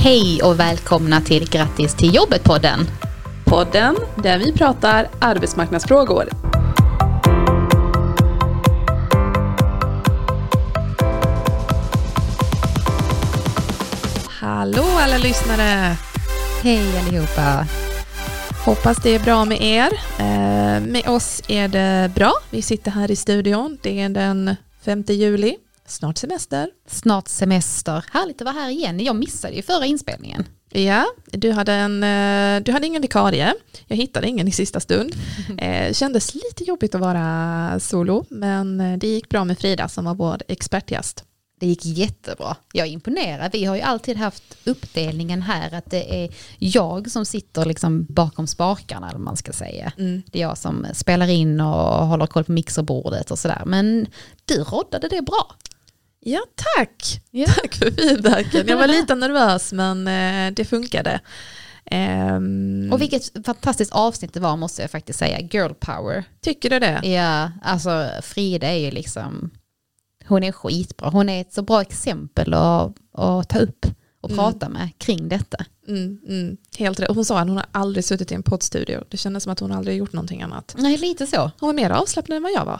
Hej och välkomna till Grattis till jobbet-podden. Podden där vi pratar arbetsmarknadsfrågor. Hallå alla lyssnare! Hej allihopa! Hoppas det är bra med er. Med oss är det bra. Vi sitter här i studion. Det är den 5 juli. Snart semester. Snart semester. Härligt att vara här igen. Jag missade ju förra inspelningen. Ja, du hade ingen vikarie. Jag hittade ingen i sista stund. Kändes lite jobbigt att vara solo, men det gick bra med Frida som var vår expertgäst. Det gick jättebra. Jag är imponerad. Vi har ju alltid haft uppdelningen här att det är jag som sitter liksom bakom spakarna, eller man ska säga. Det är jag som spelar in och håller koll på mixerbordet och sådär. Men du roddade det bra. Ja, tack. Ja. Tack för feedbacken. Jag var lite nervös, men det funkade. Och vilket fantastiskt avsnitt det var, måste jag faktiskt säga. Girl power. Tycker du det? Ja, alltså Frida är ju liksom... Hon är skitbra. Hon är ett så bra exempel att ta upp och prata med kring detta. Helt rätt. Hon sa att hon har aldrig suttit i en poddstudio. Det kändes som att hon aldrig gjort någonting annat. Nej, lite så. Hon var mer avslappnad än vad jag var.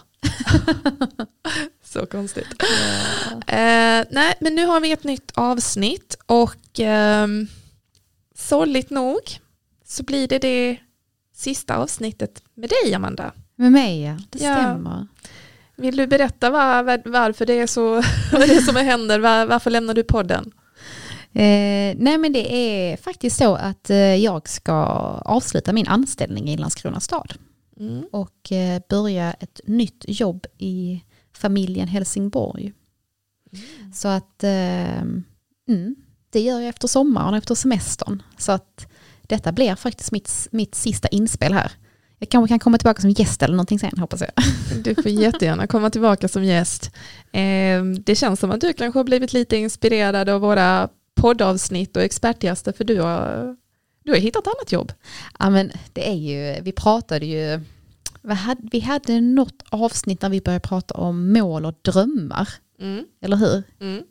Så konstigt. Nej, men nu har vi ett nytt avsnitt och sorgligt nog så blir det sista avsnittet med dig, Amanda. Med mig, ja. Det stämmer. Vill du berätta varför det är så, vad det är som händer? Varför lämnar du podden? Nej, men det är faktiskt så att jag ska avsluta min anställning i Landskrona stad. Och börja ett nytt jobb i familjen Helsingborg. Så att det gör jag efter sommaren, efter semestern. Så att detta blir faktiskt mitt sista inspel här. Jag kanske kan komma tillbaka som gäst eller någonting sen, hoppas jag. Du får jättegärna komma tillbaka som gäst. Det känns som att du kanske har blivit lite inspirerad av våra poddavsnitt och expertgäster, för du har hittat annat jobb. Ja, men det är ju, vi pratade ju, vi hade något avsnitt där vi började prata om mål och drömmar. Eller hur?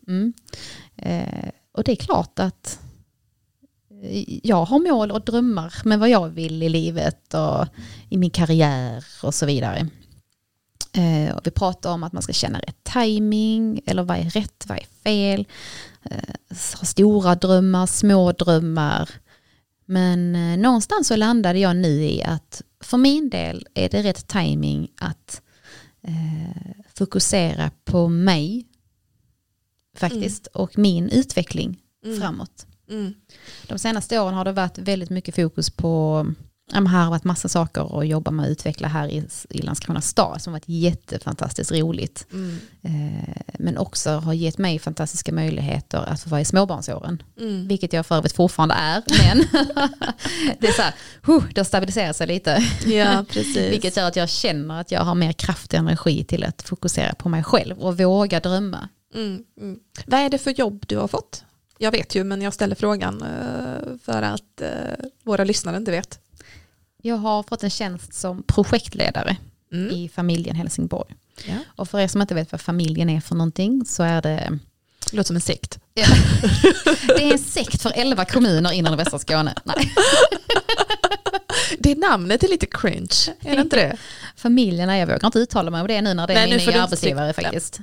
Och det är klart att jag har mål och drömmar med vad jag vill i livet och i min karriär och så vidare. Och vi pratar om att man ska känna rätt timing, eller vad är rätt, vad är fel. Ha stora drömmar, små drömmar. Men någonstans så landade jag nu i att för min del är det rätt timing att fokusera på mig faktiskt och min utveckling framåt. De senaste åren har det varit väldigt mycket fokus på, här har varit massa saker att jobba med att utveckla här i Landskrona stad som har varit jättefantastiskt roligt. Men också har gett mig fantastiska möjligheter att få vara i småbarnsåren. Vilket jag för övrigt fortfarande är. Men det är så här, det stabiliserar sig lite. Ja, precis. Vilket gör att jag känner att jag har mer kraft och energi till att fokusera på mig själv och våga drömma. Vad är det för jobb du har fått? Jag vet ju, men jag ställer frågan för att våra lyssnare inte vet. Jag har fått en tjänst som projektledare i familjen Helsingborg. Ja. Och för er som inte vet vad familjen är för någonting så är det... Det låter som en sekt. Ja. Det är en sekt för 11 kommuner inom västra Skåne. Nej. Det namnet är lite cringe, är det inte det? Familjerna, jag vågar inte uttala mig om det nu när det är min nya arbetsgivare faktiskt.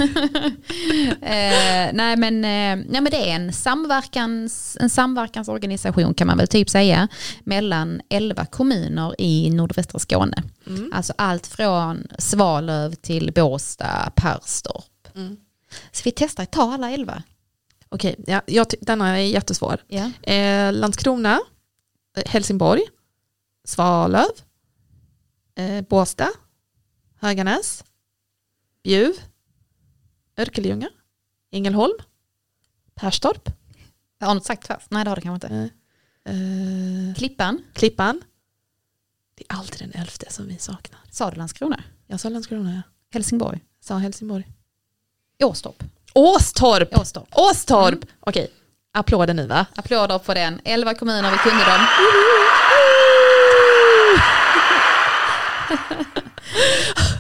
Nej, men det är en samverkansorganisation kan man väl typ säga mellan 11 kommuner i nordvästra Skåne. Alltså allt från Svalöv till Båstad, Perstorp. Så vi testar att ta alla 11. Okej, ja, denna är jättesvår. Yeah. Landskrona, Helsingborg, Svalöv, Båstad, Höganäs, Bjuv, Örkelljunga, Ängelholm, Perstorp. Jag har något sagt först. Nej, det har det kanske inte. Klippan. Det är alltid den 11:e som vi saknar. Sa du Landskrona? Jag sa Landskrona, ja. Helsingborg? Sa Helsingborg. Åstorp. Okej, applåder nu va? Applåder på den. 11 kommuner, vi kunde dem.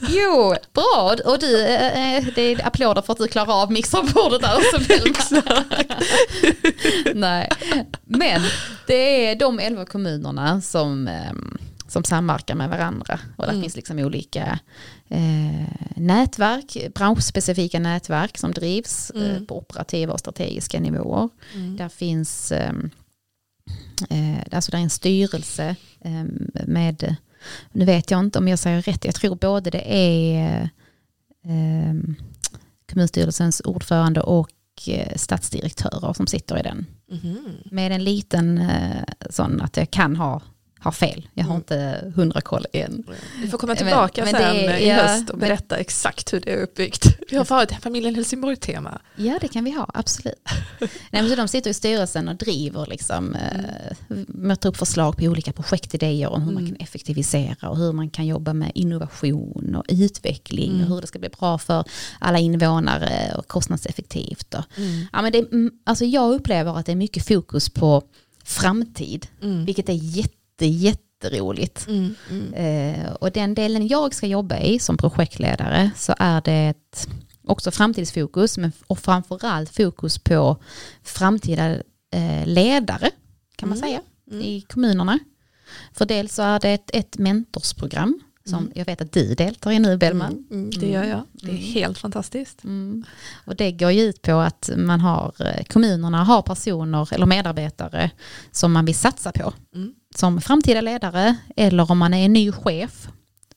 Jo, bra. Och du, det är applåder för att du klarar av mixerbordet där också. Nej, men det är de 11 kommunerna som samverkar med varandra. Och där finns liksom olika nätverk, branschspecifika nätverk som drivs på operativa och strategiska nivåer. Där finns alltså där är en styrelse med, nu vet jag inte om jag säger rätt, jag tror både det är kommunstyrelsens ordförande och stadsdirektörer som sitter i den. Med en liten sån att jag kan ha fel. Jag har inte 100 koll än. Vi får komma tillbaka sen i höst och berätta exakt hur det är uppbyggt. Vi har varit familjen Helsingborg-tema. Ja, det kan vi ha, absolut. Nej, men så de sitter i styrelsen och driver liksom, möter upp förslag på olika projektidéer om hur man kan effektivisera och hur man kan jobba med innovation och utveckling och hur det ska bli bra för alla invånare och kostnadseffektivt. Och, ja, men alltså jag upplever att det är mycket fokus på framtid, vilket är jätteroligt. Och den delen jag ska jobba i som projektledare, så är det också framtidsfokus, men och framförallt fokus på framtida ledare, kan man säga, i kommunerna. För dels så är det ett mentorsprogram som jag vet att du deltar i nu, Bellman. Det gör jag. Det är helt fantastiskt. Och det går ju ut på att kommunerna har personer eller medarbetare som man vill satsa på. Som framtida ledare, eller om man är en ny chef.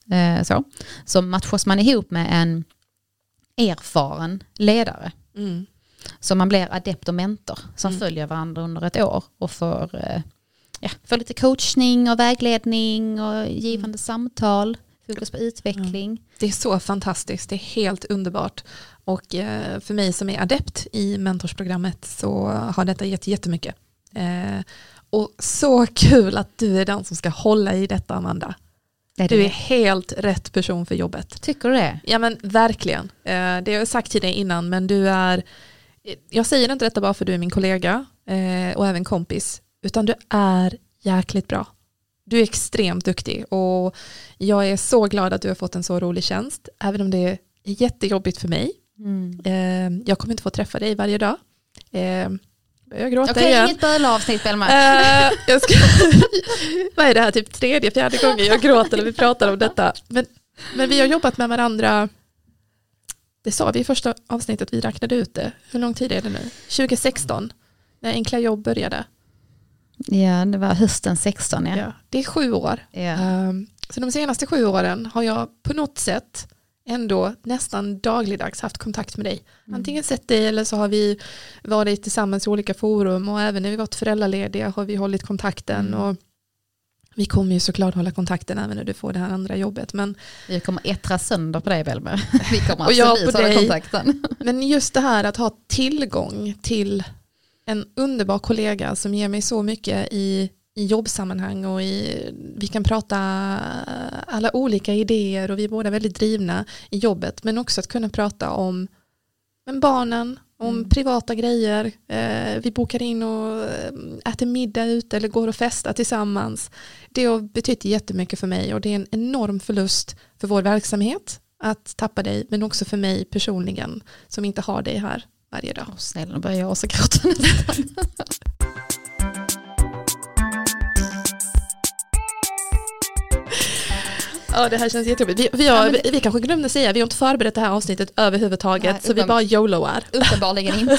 Så matchas man ihop med en erfaren ledare. Så man blir adept och mentor som följer varandra under ett år och får lite coachning och vägledning och givande samtal, fokus på utveckling. Det är så fantastiskt, det är helt underbart. Och för mig som är adept i mentorsprogrammet så har detta gett jättemycket. Och så kul att du är den som ska hålla i detta, Amanda. Du är helt rätt person för jobbet. Tycker du det? Ja, men verkligen. Det har jag sagt till dig innan, men du är, jag säger inte detta bara för du är min kollega och även kompis, utan du är jäkligt bra. Du är extremt duktig och jag är så glad att du har fått en så rolig tjänst, även om det är jättejobbigt för mig. Jag kommer inte få träffa dig varje dag. Jag gråter igen. Inget bölavsnitt, Belma. Vad är det här, typ 3-4 gången jag gråter när vi pratar om detta. Men vi har jobbat med varandra. Det sa vi i första avsnittet, vi räknade ut det. Hur lång tid är det nu? 2016, när Enkla jobb började. Ja, det var hösten 16. Ja, det är 7 år. Ja. Så de senaste 7 åren har jag på något sätt ändå nästan dagligdags haft kontakt med dig. Antingen sett dig eller så har vi varit tillsammans i olika forum, och även när vi varit föräldralediga har vi hållit kontakten. Och vi kommer ju såklart hålla kontakten även när du får det här andra jobbet. Men vi kommer ettra sönder på dig, Belma. Vi kommer och jag absolut på hålla dig. kontakten. Men just det här att ha tillgång till en underbar kollega som ger mig så mycket i jobbsammanhang, och vi kan prata alla olika idéer och vi är båda väldigt drivna i jobbet, men också att kunna prata om barnen, om privata grejer. Vi bokar in och äter middag ute eller går och festar tillsammans. Det har betytt jättemycket för mig, och det är en enorm förlust för vår verksamhet att tappa dig, men också för mig personligen som inte har dig här varje dag. Snälla, nu börjar jag också gråta nästan. Ja, det här känns jättejobbigt. Vi kanske glömde säga, vi har inte förberett det här avsnittet överhuvudtaget. Nej, så vi bara YOLOar. Uppenbarligen inte.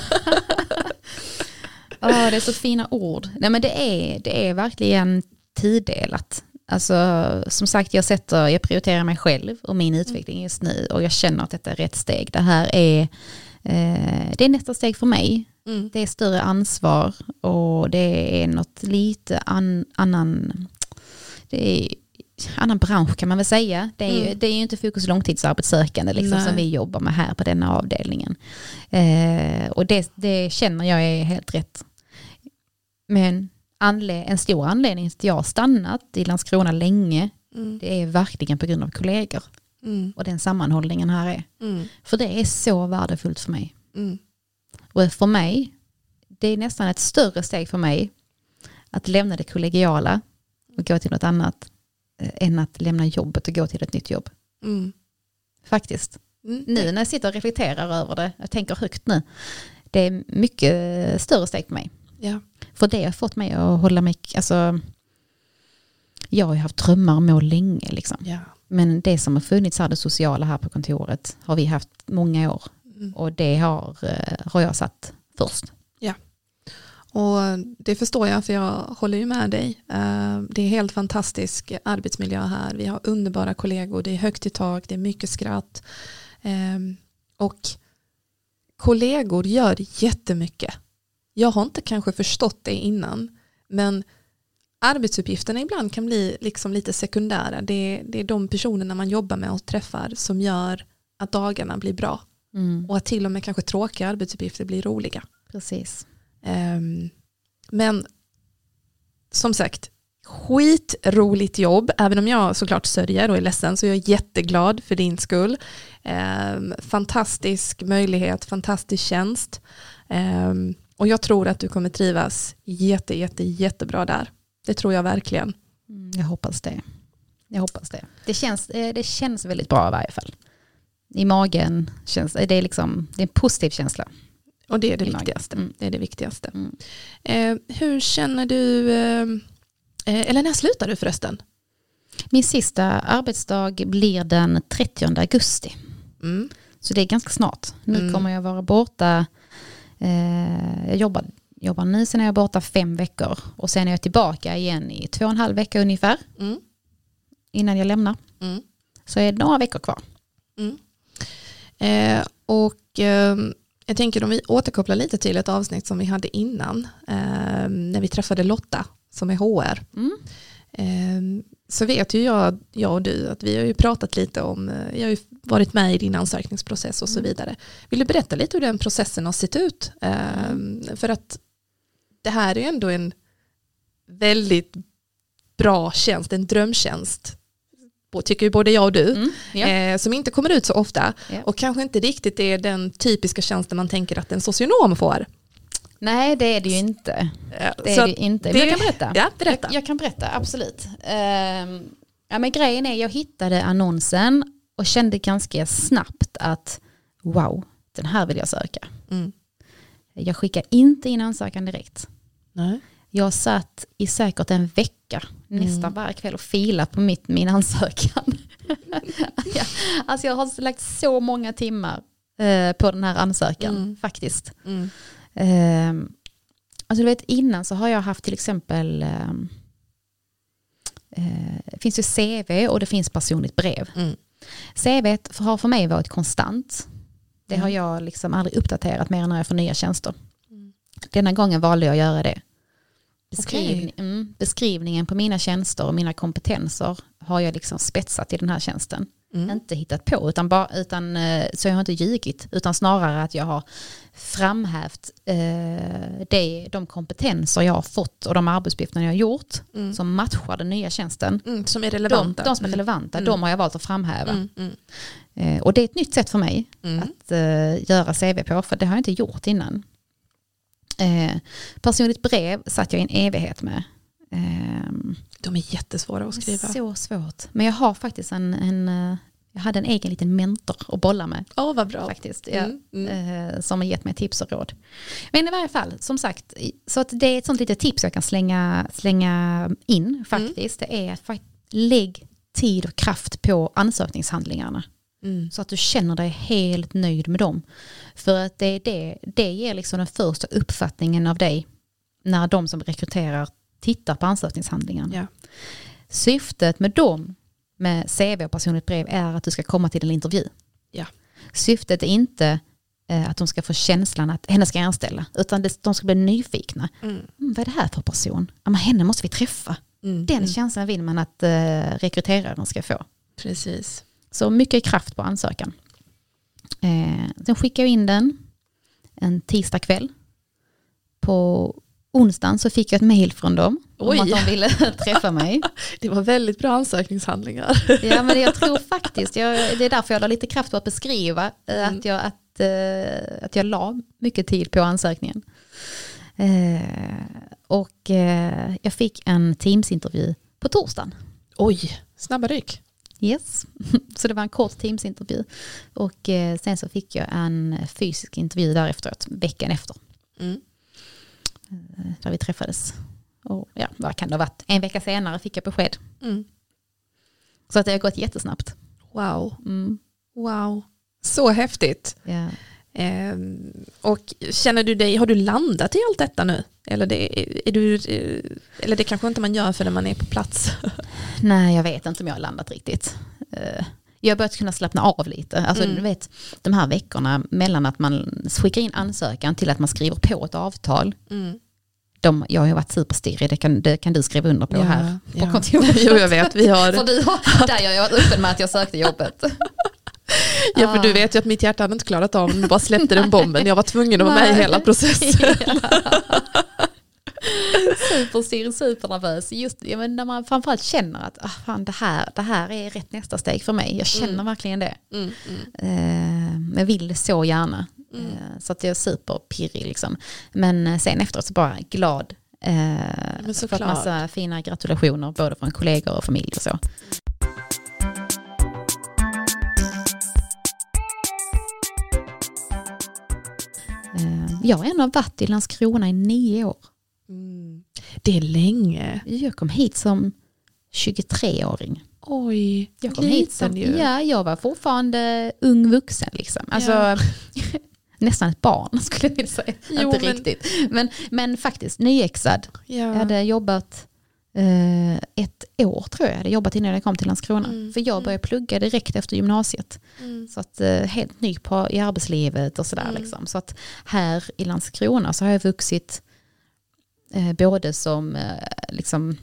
Det är så fina ord. Nej, men det är verkligen tiddelat. Alltså, som sagt, jag prioriterar mig själv och min utveckling just nu, och jag känner att detta är rätt steg. Det här är det är nästa steg för mig. Det är större ansvar, och det är något lite annan bransch, kan man väl säga. Det är ju inte fokus långtidsarbetssökande liksom, som vi jobbar med här på denna avdelningen. Och det känner jag är helt rätt. Men en stor anledning till att jag har stannat i Landskrona länge, det är verkligen på grund av kollegor. Och den sammanhållningen här är. För det är så värdefullt för mig. Och för mig, det är nästan ett större steg för mig att lämna det kollegiala och gå till något annat än att lämna jobbet och gå till ett nytt jobb. Faktiskt. Nu när jag sitter och reflekterar över det, jag tänker högt nu, det är mycket större steg på mig. Ja. För det har fått mig att hålla mig, alltså jag har ju haft drömmar om mål länge liksom. Ja. Men det som har funnits här, det sociala här på kontoret, har vi haft många år. Och det har jag satt först. Ja. Och det förstår jag, för jag håller ju med dig. Det är helt fantastisk arbetsmiljö här. Vi har underbara kollegor, det är högt i tak, det är mycket skratt. Och kollegor gör jättemycket. Jag har inte kanske förstått det innan, men arbetsuppgifterna ibland kan bli liksom lite sekundära. Det är de personerna man jobbar med och träffar som gör att dagarna blir bra. Och att till och med kanske tråkiga arbetsuppgifter blir roliga. Precis. Men som sagt, skitroligt jobb. Även om jag såklart sörjer och är ledsen, så är jag jätteglad för din skull. Fantastisk möjlighet, fantastisk tjänst. Och jag tror att du kommer trivas jättebra där. Det tror jag verkligen. Jag hoppas det. Det känns väldigt bra i varje fall. I magen känns det är liksom, det är en positiv känsla. Och det är det viktigaste. Det är det viktigaste. Hur känner du, eller när slutar du förresten? Min sista arbetsdag blir den 30 augusti. Så det är ganska snart. Nu kommer jag vara borta. Jag jobbar nu, sen är jag borta 5 veckor. Och sen är jag tillbaka igen i 2,5 veckor ungefär. Innan jag lämnar. Så är det några veckor kvar. Jag tänker om vi återkopplar lite till ett avsnitt som vi hade innan. När vi träffade Lotta som är HR. Så vet ju jag och du att vi har ju pratat lite om, jag har ju varit med i din ansökningsprocess och så vidare. Vill du berätta lite hur den processen har sett ut? För att det här är ju ändå en väldigt bra tjänst, en drömtjänst. Tycker ju både jag och du. Som inte kommer ut så ofta. Och kanske inte riktigt är den typiska tjänsten man tänker att en socionom får. Nej, det är det ju inte. Det är det inte. Men jag kan berätta. Ja, berätta. Jag kan berätta, absolut. Men grejen är, jag hittade annonsen och kände ganska snabbt att wow, den här vill jag söka. Jag skickar inte in ansökan direkt. Nej. Jag satt i säkert en vecka nästan varje kväll och fila på min ansökan. Alltså jag har lagt så många timmar på den här ansökan faktiskt. Alltså du vet, innan så har jag haft till exempel det finns ju CV och det finns personligt brev. CV har för mig varit konstant. Det har jag liksom aldrig uppdaterat mer än när jag får nya tjänster. Denna gången valde jag att göra det. Beskrivningen på mina tjänster och mina kompetenser har jag liksom spetsat i den här tjänsten. Inte hittat på så jag har inte ljugit, utan snarare att jag har framhävt de kompetenser jag har fått och de arbetsuppgifter jag har gjort som matchar den nya tjänsten. Som är relevanta. De som är relevanta, de har jag valt att framhäva. Och det är ett nytt sätt för mig att göra CV på, för det har jag inte gjort innan. Personligt brev satt jag i en evighet med. De är jättesvåra att skriva. Så svårt. Men jag har faktiskt jag hade en egen liten mentor att bolla med. Vad bra. Faktiskt. Som har gett mig tips och råd. Men i varje fall, som sagt, så att det är ett sånt litet tips jag kan slänga in faktiskt. Det är att lägg tid och kraft på ansökningshandlingarna. Så att du känner dig helt nöjd med dem. För att det ger liksom den första uppfattningen av dig när de som rekryterar tittar på ansökningshandlingarna. Ja. Syftet med dem, med CV och personligt brev, är att du ska komma till en intervju. Ja. Syftet är inte att de ska få känslan att henne ska anställa, utan de ska bli nyfikna. Vad är det här för person? Men henne måste vi träffa. Den känslan vill man att rekryteraren ska få. Precis. Så mycket kraft på ansökan. Sen skickar jag in den en tisdag kväll. På onsdagen så fick jag ett mejl från dem om att de ville träffa mig. Det var väldigt bra ansökningshandlingar. Ja, men jag tror faktiskt, det är därför jag la lite kraft på att beskriva att jag la mycket tid på ansökningen. Och jag fick en Teams-intervju på torsdagen. Oj, snabba ryck. Yes. Så det var en kort Teams-intervju. Och sen så fick jag en fysisk intervju därefter, veckan efter. Där vi träffades. Och ja, vad kan det ha varit? En vecka senare fick jag besked. Så att det har gått jättesnabbt. Wow. Wow. Så häftigt. Ja. Och känner du dig, har du landat i allt detta nu? Eller det kanske inte man gör för när man är på plats? Nej, jag vet inte om jag har landat riktigt. Jag har börjat kunna slappna av lite. Alltså du vet, de här veckorna mellan att man skickar in ansökan till att man skriver på ett avtal. Jag har ju varit superstirrig, det kan du skriva under på här på kontoret. Jo, jag vet. Vi har... För där har jag varit öppen med att jag sökte jobbet. Ja, för du vet ju att mitt hjärta hade inte klarat av om du bara släppte den bomben. Jag var tvungen att vara med i hela processen. Supernervös. Just när man framförallt känner att fan, det här är rätt nästa steg för mig. Jag känner verkligen det. Jag vill det så gärna. Så att jag är superpirrig liksom. Men sen efteråt så bara glad. För att massa fina gratulationer både från kollegor och familj och så. Jag har ändå varit i Landskrona i 9 år. Det är länge. Jag kom hit som 23-åring. Oj, jag kom hit som, jag var fortfarande ung vuxen liksom. Alltså nästan ett barn skulle jag vilja säga. Inte riktigt. Men faktiskt nyexad. Jag hade jobbat 1 år tror jag. Jag hade jobbat innan jag kom till Landskrona. För jag började plugga direkt efter gymnasiet. Så att helt ny i arbetslivet och sådär liksom. Så att här i Landskrona så har jag vuxit både som liksom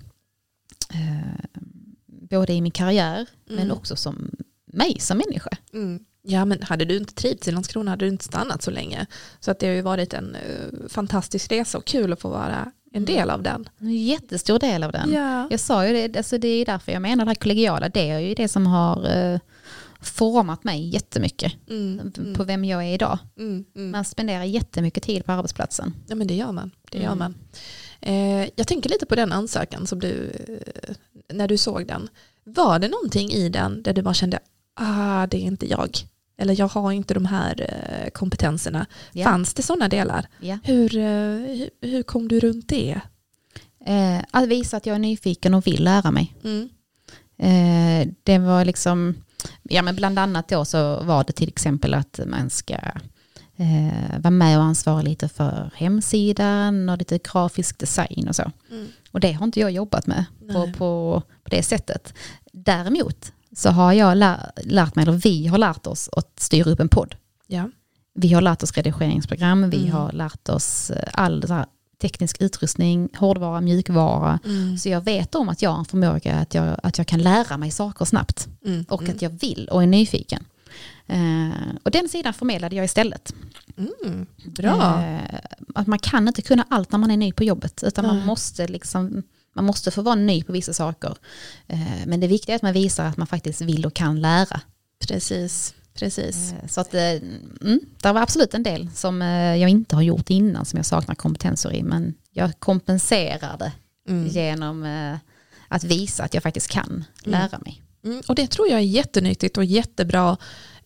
både i min karriär men också som mig som människa. Ja, men hade du inte trivts i Landskrona hade du inte stannat så länge. Så att det har ju varit en fantastisk resa och kul att få vara en del av den. En jättestor del av den. Ja. Jag sa ju det, alltså det är därför jag menar det här kollegiala, det är ju det som har format mig jättemycket på vem jag är idag. Man spenderar jättemycket tid på arbetsplatsen. Ja, men det gör man. Jag tänker lite på den ansökan som du, när du såg den. Var det någonting i den där du bara kände, det är inte jag. Eller jag har inte de här kompetenserna. Ja. Fanns det sådana delar? Ja. Hur kom du runt det? Att visa att jag är nyfiken och vill lära mig. Det var liksom, men bland annat då så var det till exempel att man ska vara med och ansvara lite för hemsidan och lite grafisk design och så. Och det har inte jag jobbat med på det sättet. Däremot så har jag lärt mig, eller vi har lärt oss att styra upp en podd. Ja. Vi har lärt oss redigeringsprogram, vi har lärt oss all så här teknisk utrustning, hårdvara, mjukvara. Så jag vet om att jag har en förmåga att jag kan lära mig saker snabbt. Och att jag vill och är nyfiken. Och den sidan förmedlade jag istället. Bra. Att man kan inte kunna allt när man är ny på jobbet. Utan man måste få vara ny på vissa saker. Men det viktiga är att man visar att man faktiskt vill och kan lära. Precis. Så att det var absolut en del som jag inte har gjort innan som jag saknar kompetenser i. Men jag kompenserar det genom att visa att jag faktiskt kan lära mig. Och det tror jag är jättenyttigt och jättebra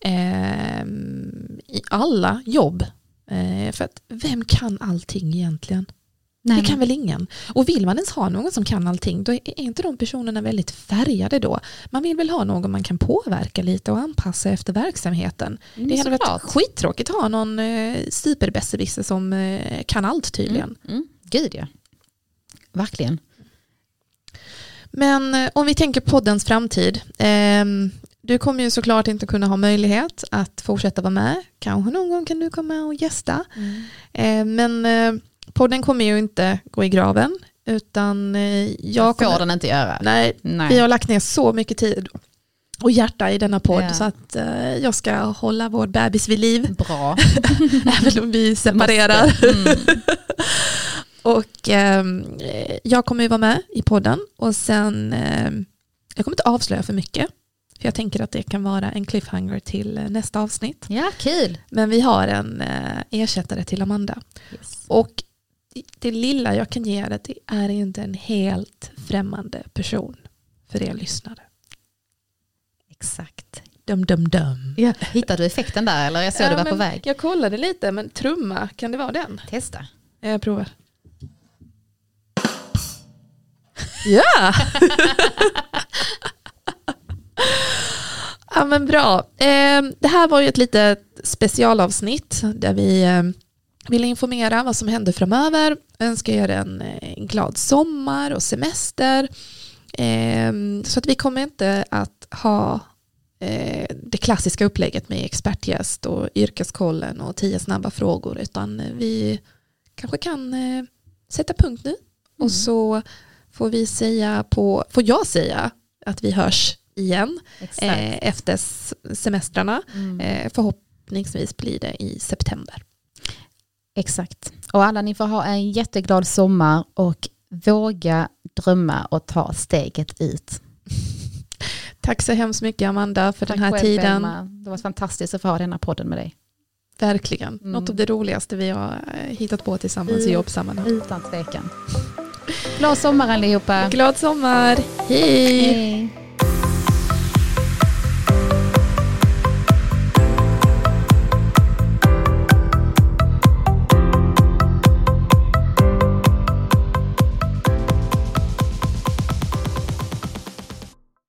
i alla jobb. För att vem kan allting egentligen? Nej, det kan väl ingen. Och vill man ens ha någon som kan allting, då är inte de personerna väldigt färgade då. Man vill väl ha någon man kan påverka lite och anpassa efter verksamheten. Det hade varit skittråkigt att ha någon superbässerwisser som kan allt tydligen. Gud ja. Verkligen. Men om vi tänker poddens framtid. Du kommer ju såklart inte kunna ha möjlighet att fortsätta vara med. Kanske någon gång kan du komma och gästa. Men podden kommer ju inte gå i graven. Utan jag kommer... får den inte göra. Nej, vi har lagt ner så mycket tid och hjärta i denna podd så att jag ska hålla vår bebis vid liv. Bra. Även om vi separerar. Och jag kommer ju vara med i podden och sen jag kommer inte avslöja för mycket. För jag tänker att det kan vara en cliffhanger till nästa avsnitt. Ja, kul. Men vi har en ersättare till Amanda. Yes. Och det lilla jag kan ge det är inte en helt främmande person för er lyssnare. Exakt. Dum. Ja, hittade du effekten där eller? Jag såg du var på väg. Jag kollade lite, men trumma, kan det vara den? Testa. Jag provar. Ja! Ja, men bra. Det här var ju ett litet specialavsnitt där vi ville informera vad som händer framöver. Jag önskar er en glad sommar och semester. Så att vi kommer inte att ha det klassiska upplägget med expertgäst och yrkeskollen och 10 snabba frågor, utan vi kanske kan sätta punkt nu. Och så får jag säga att vi hörs igen efter semestrarna. Förhoppningsvis blir det i september. Exakt. Och alla, ni får ha en jätteglad sommar och våga drömma och ta steget ut. Tack så hemskt mycket, Amanda, för den här själv, tiden. Belma. Det var fantastiskt att få ha denna podden med dig. Verkligen. Något av det roligaste vi har hittat på tillsammans i jobbsammanhang. Utan tvekan. Glad sommar allihopa. Glad sommar. Hej! Hej.